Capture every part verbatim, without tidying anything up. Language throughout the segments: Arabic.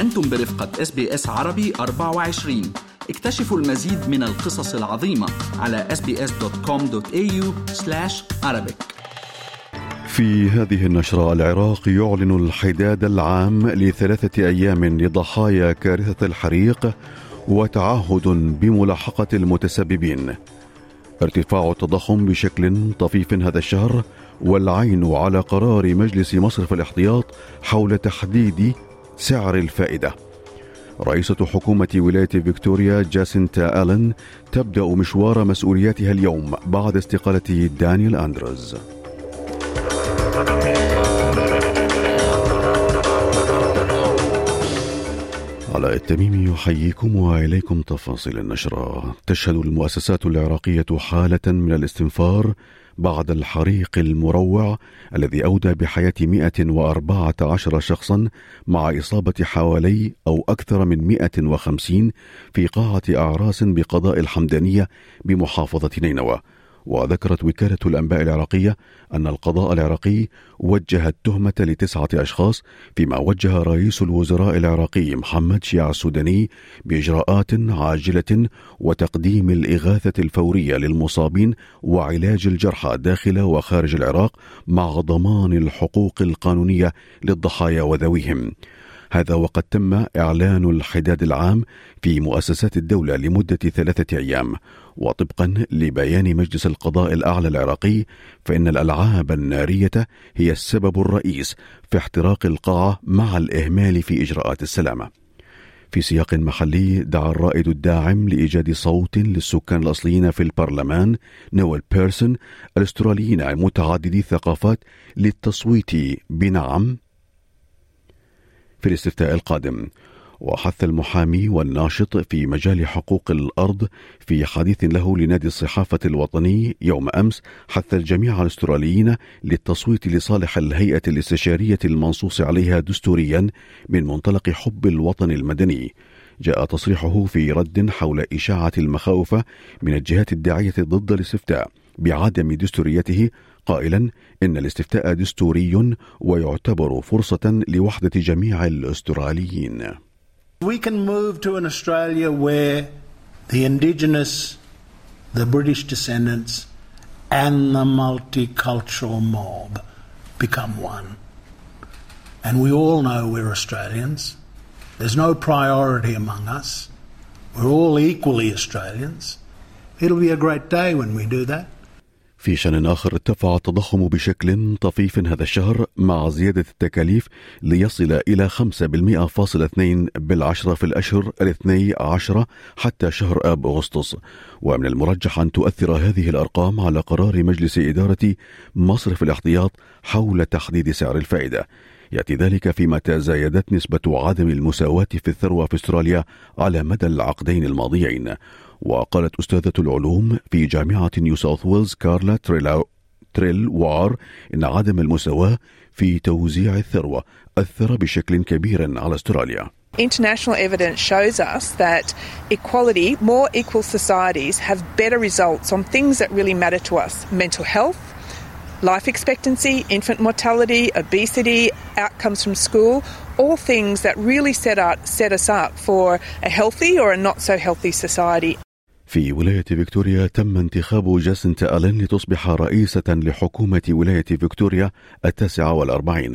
أنتم برفقة إس بي إس عربي أربعة وعشرين. اكتشفوا المزيد من القصص العظيمة على إس بي إس دوت كوم دوت إيه يو سلاش عربيك. في هذه النشرة، العراق يعلن الحداد العام لثلاثة أيام لضحايا كارثة الحريق وتعهد بملاحقة المتسببين. ارتفاع التضخم بشكل طفيف هذا الشهر، والعين على قرار مجلس مصرف الاحتياط حول تحديد سعر الفائدة. رئيسة حكومة ولاية فيكتوريا جاسينتا آلن تبدأ مشوار مسؤولياتها اليوم بعد استقالة دانيال أندروز. علاء التميمي يحييكم وإليكم تفاصيل النشرة. تشهد المؤسسات العراقية حالة من الاستنفار بعد الحريق المروع الذي أودى بحياة مئة وأربعة عشر شخصا مع إصابة حوالي أو أكثر من مئة وخمسين في قاعة أعراس بقضاء الحمدانية بمحافظة نينوى. وذكرت وكالة الأنباء العراقية أن القضاء العراقي وجه التهمة لتسعة أشخاص، فيما وجه رئيس الوزراء العراقي محمد شيع السوداني بإجراءات عاجلة وتقديم الإغاثة الفورية للمصابين وعلاج الجرحى داخل وخارج العراق مع ضمان الحقوق القانونية للضحايا وذويهم. هذا وقد تم إعلان الحداد العام في مؤسسات الدولة لمدة ثلاثة أيام. وطبقا لبيان مجلس القضاء الأعلى العراقي، فإن الألعاب النارية هي السبب الرئيس في احتراق القاعة مع الإهمال في إجراءات السلامة. في سياق محلي، دعا الرائد الداعم لإيجاد صوت للسكان الأصليين في البرلمان نويل بيرسون الأستراليين متعددي الثقافات للتصويت بنعم في الاستفتاء القادم. وحث المحامي والناشط في مجال حقوق الأرض في حديث له لنادي الصحافة الوطني يوم أمس حث الجميع الأستراليين للتصويت لصالح الهيئة الاستشارية المنصوص عليها دستوريا من منطلق حب الوطن المدني. جاء تصريحه في رد حول إشاعة المخاوف من الجهات الداعية ضد الاستفتاء بعدم دستوريته، قائلا إن الاستفتاء دستوري ويعتبر فرصة لوحدة جميع الأستراليين. We can move to an Australia where the indigenous, the British descendants and the multicultural mob become one. And we all know we're Australians. There's no priority among us. We're all equally Australians. It'll be a great day when we do that. في شأن آخر، ارتفع التضخم بشكل طفيف هذا الشهر مع زيادة التكاليف ليصل إلى خمسة بالمئة فاصل اثنين بالعشرة في الأشهر الاثني عشر حتى شهر آب أغسطس. ومن المرجح أن تؤثر هذه الأرقام على قرار مجلس إدارة مصرف الاحتياط حول تحديد سعر الفائدة. يأتي ذلك فيما تزايدت نسبة عدم المساواة في الثروة في أستراليا على مدى العقدين الماضيين. وقالت أستاذة العلوم في جامعة نيو ساوث ويلز كارلا تريل وار إن عدم المساواة في توزيع الثروة أثر بشكل كبير على أستراليا. International evidence shows us that equality, more equal societies have better results on things that really matter to us: mental health, life expectancy, infant mortality, obesity, outcomes from school, all things that really set, up, set us up for a healthy or a not so healthy society. في ولاية فيكتوريا تم انتخاب جاسينتا آلن لتصبح رئيسة لحكومة ولاية فيكتوريا التاسعة والأربعين،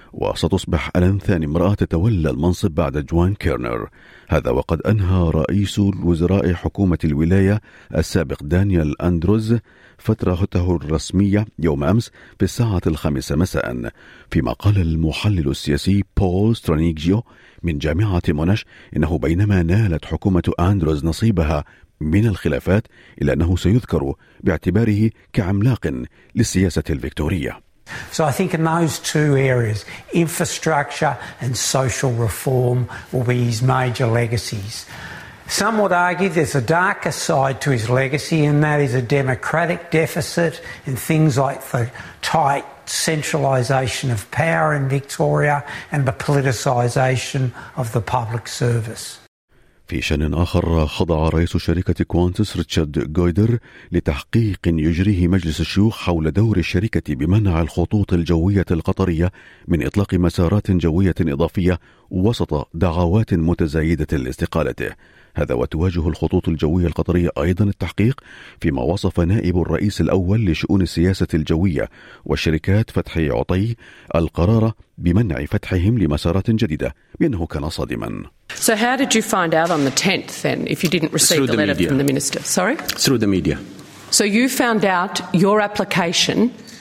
وستصبح آلن ثاني امرأة تتولى المنصب بعد جوان كيرنر. هذا وقد أنهى رئيس الوزراء حكومة الولاية السابق دانيال أندروز فترته الرسمية يوم أمس في الساعة الخامسة مساء. فيما قال المحلل السياسي بول سترانيجيو من جامعة موناش إنه بينما نالت حكومة أندروز نصيبها من الخلافات، إلا أنه سيذكر باعتباره كعملاق للسياسة الفيكتورية. So I think in those two areas, infrastructure and social reform will be his major legacies. Some would argue there's a darker side to his legacy, and that is a democratic deficit in things like the tight centralisation of power in Victoria and the politicisation of the public service. في شأن آخر، خضع رئيس شركة كوانتس ريتشارد جويدر لتحقيق يجريه مجلس الشيوخ حول دور الشركة بمنع الخطوط الجوية القطرية من إطلاق مسارات جوية إضافية وسط دعوات متزايدة لاستقالته. هذا وتواجه الخطوط الجوية القطرية أيضا التحقيق فيما وصف نائب الرئيس الأول لشؤون السياسة الجوية والشركات فتحي عطي القرار بمنع فتحهم لمسارات جديدة بأنه كان صادما. So how did you find out on the tenth then if you didn't receive Through the, the letter media. from the minister? Sorry? Through the media. So you found out your application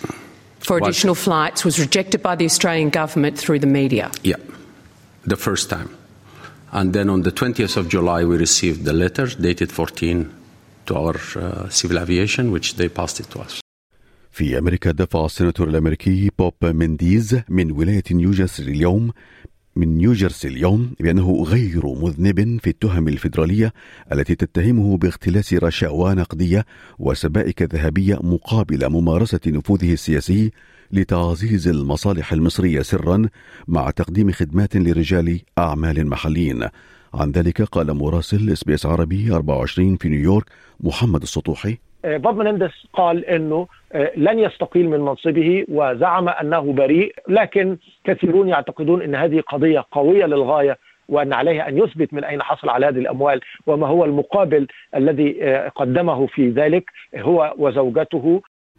for additional What? flights was rejected by the Australian government through the media? Yeah, the first time. And then on the twentieth of July we received the letter dated fourteen to our uh, civil aviation, which they passed it to us. في أمريكا دفع السيناتور الأمريكي بوب منديز من ولاية نيوجيرسي اليوم من نيوجيرسي اليوم بأنه غير مذنب في التهم الفيدرالية التي تتهمه باختلاس رشاوى نقدية وسبائك ذهبية مقابل ممارسة نفوذه السياسي لتعزيز المصالح المصرية سرا مع تقديم خدمات لرجال أعمال محليين. عن ذلك قال مراسل اس بي اس عربي أربعة وعشرين في نيويورك محمد السطوحي. بوب مينينديز قال أنه لن يستقيل من منصبه وزعم أنه بريء، لكن كثيرون يعتقدون أن هذه قضية قوية للغاية وأن عليه أن يثبت من أين حصل على هذه الأموال وما هو المقابل الذي قدمه في ذلك هو وزوجته.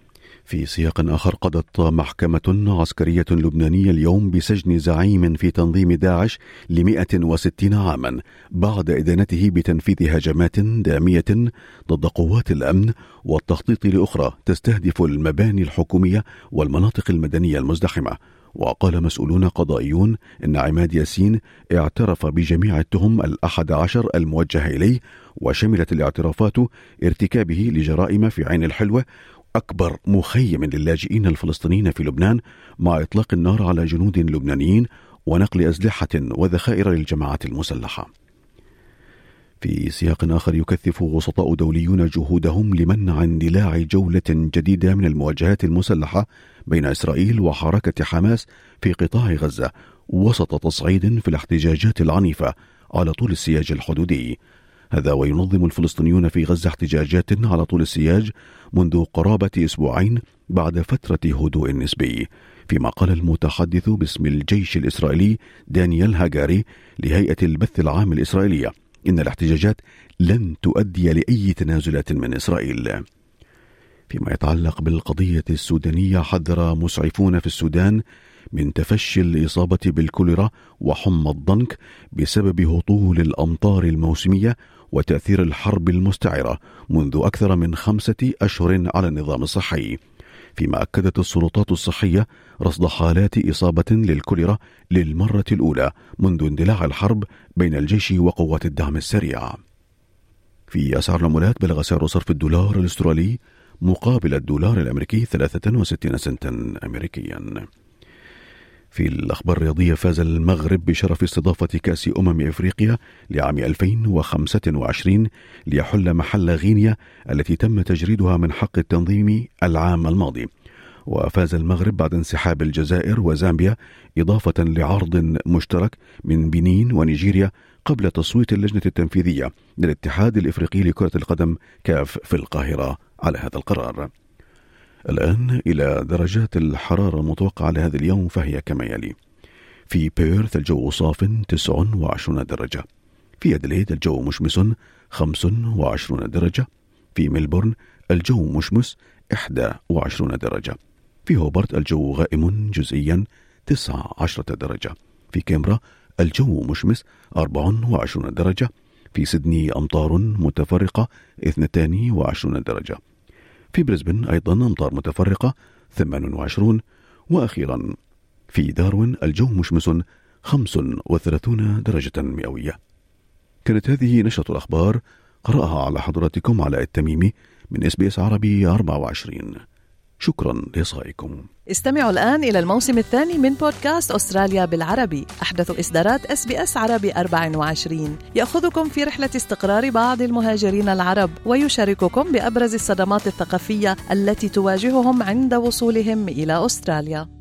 في سياق آخر قضت محكمة عسكرية لبنانية اليوم بسجن زعيم في تنظيم داعش لمئة وستين عاما بعد إدانته بتنفيذ هجمات دامية ضد قوات الأمن والتخطيط لأخرى تستهدف المباني الحكومية والمناطق المدنية المزدحمة. وقال مسؤولون قضائيون إن عماد ياسين اعترف بجميع التهم الأحد عشر الموجهة إليه، وشملت الاعترافات ارتكابه لجرائم في عين الحلوة أكبر مخيم للاجئين الفلسطينيين في لبنان مع إطلاق النار على جنود لبنانيين ونقل أسلحة وذخائر للجماعات المسلحة. في سياق آخر يكثف وسطاء دوليون جهودهم لمنع اندلاع جولة جديدة من المواجهات المسلحة بين إسرائيل وحركة حماس في قطاع غزة وسط تصعيد في الاحتجاجات العنيفة على طول السياج الحدودي. هذا وينظم الفلسطينيون في غزة احتجاجات على طول السياج منذ قرابة أسبوعين بعد فترة هدوء نسبي، فيما قال المتحدث باسم الجيش الإسرائيلي دانيال هاجاري لهيئة البث العام الإسرائيلية إن الاحتجاجات لن تؤدي لأي تنازلات من إسرائيل. فيما يتعلق بالقضية السودانية، حذر مسعفون في السودان من تفشي الإصابة بالكوليرا وحمى الضنك بسبب هطول الأمطار الموسمية وتأثير الحرب المستعرة منذ أكثر من خمسة أشهر على النظام الصحي، فيما أكدت السلطات الصحية رصد حالات إصابة للكوليرا للمرة الأولى منذ اندلاع الحرب بين الجيش وقوات الدعم السريع. في أسعار العملات، بلغ سعر صرف الدولار الأسترالي مقابل الدولار الأمريكي ثلاثة وستين سنتا أمريكيا. في الأخبار الرياضية، فاز المغرب بشرف استضافة كأس أمم إفريقيا لعام ألفين وخمسة وعشرين ليحل محل غينيا التي تم تجريدها من حق التنظيم العام الماضي. وفاز المغرب بعد انسحاب الجزائر وزامبيا إضافة لعرض مشترك من بنين ونيجيريا قبل تصويت اللجنة التنفيذية للاتحاد الإفريقي لكرة القدم كاف في القاهرة على هذا القرار. الآن إلى درجات الحرارة المتوقعة لهذا اليوم، فهي كما يلي: في بيرث الجو صاف تسعة وعشرين درجة، في أدليد الجو مشمس خمسة وعشرين درجة، في ملبورن الجو مشمس إحدى وعشرين درجة، في هوبرت الجو غائم جزئيا تسعة عشر درجة، في كامبرا الجو مشمس أربعة وعشرين درجة، في سيدني أمطار متفرقة اثنتين وعشرين درجة، في بريسبن أيضا أمطار متفرقة ثمانية وعشرين، وأخيرا في داروين الجو مشمس خمسة وثلاثين درجة مئوية. كانت هذه نشرة الأخبار، قرأها على حضراتكم علاء التميمي من اس بي اس عربي أربعة وعشرين. شكرا لإصغائكم. استمعوا الآن إلى الموسم الثاني من بودكاست أستراليا بالعربي، أحدث إصدارات اس بي اس عربي أربعة وعشرين، يأخذكم في رحلة استقرار بعض المهاجرين العرب ويشارككم بأبرز الصدمات الثقافية التي تواجههم عند وصولهم إلى أستراليا.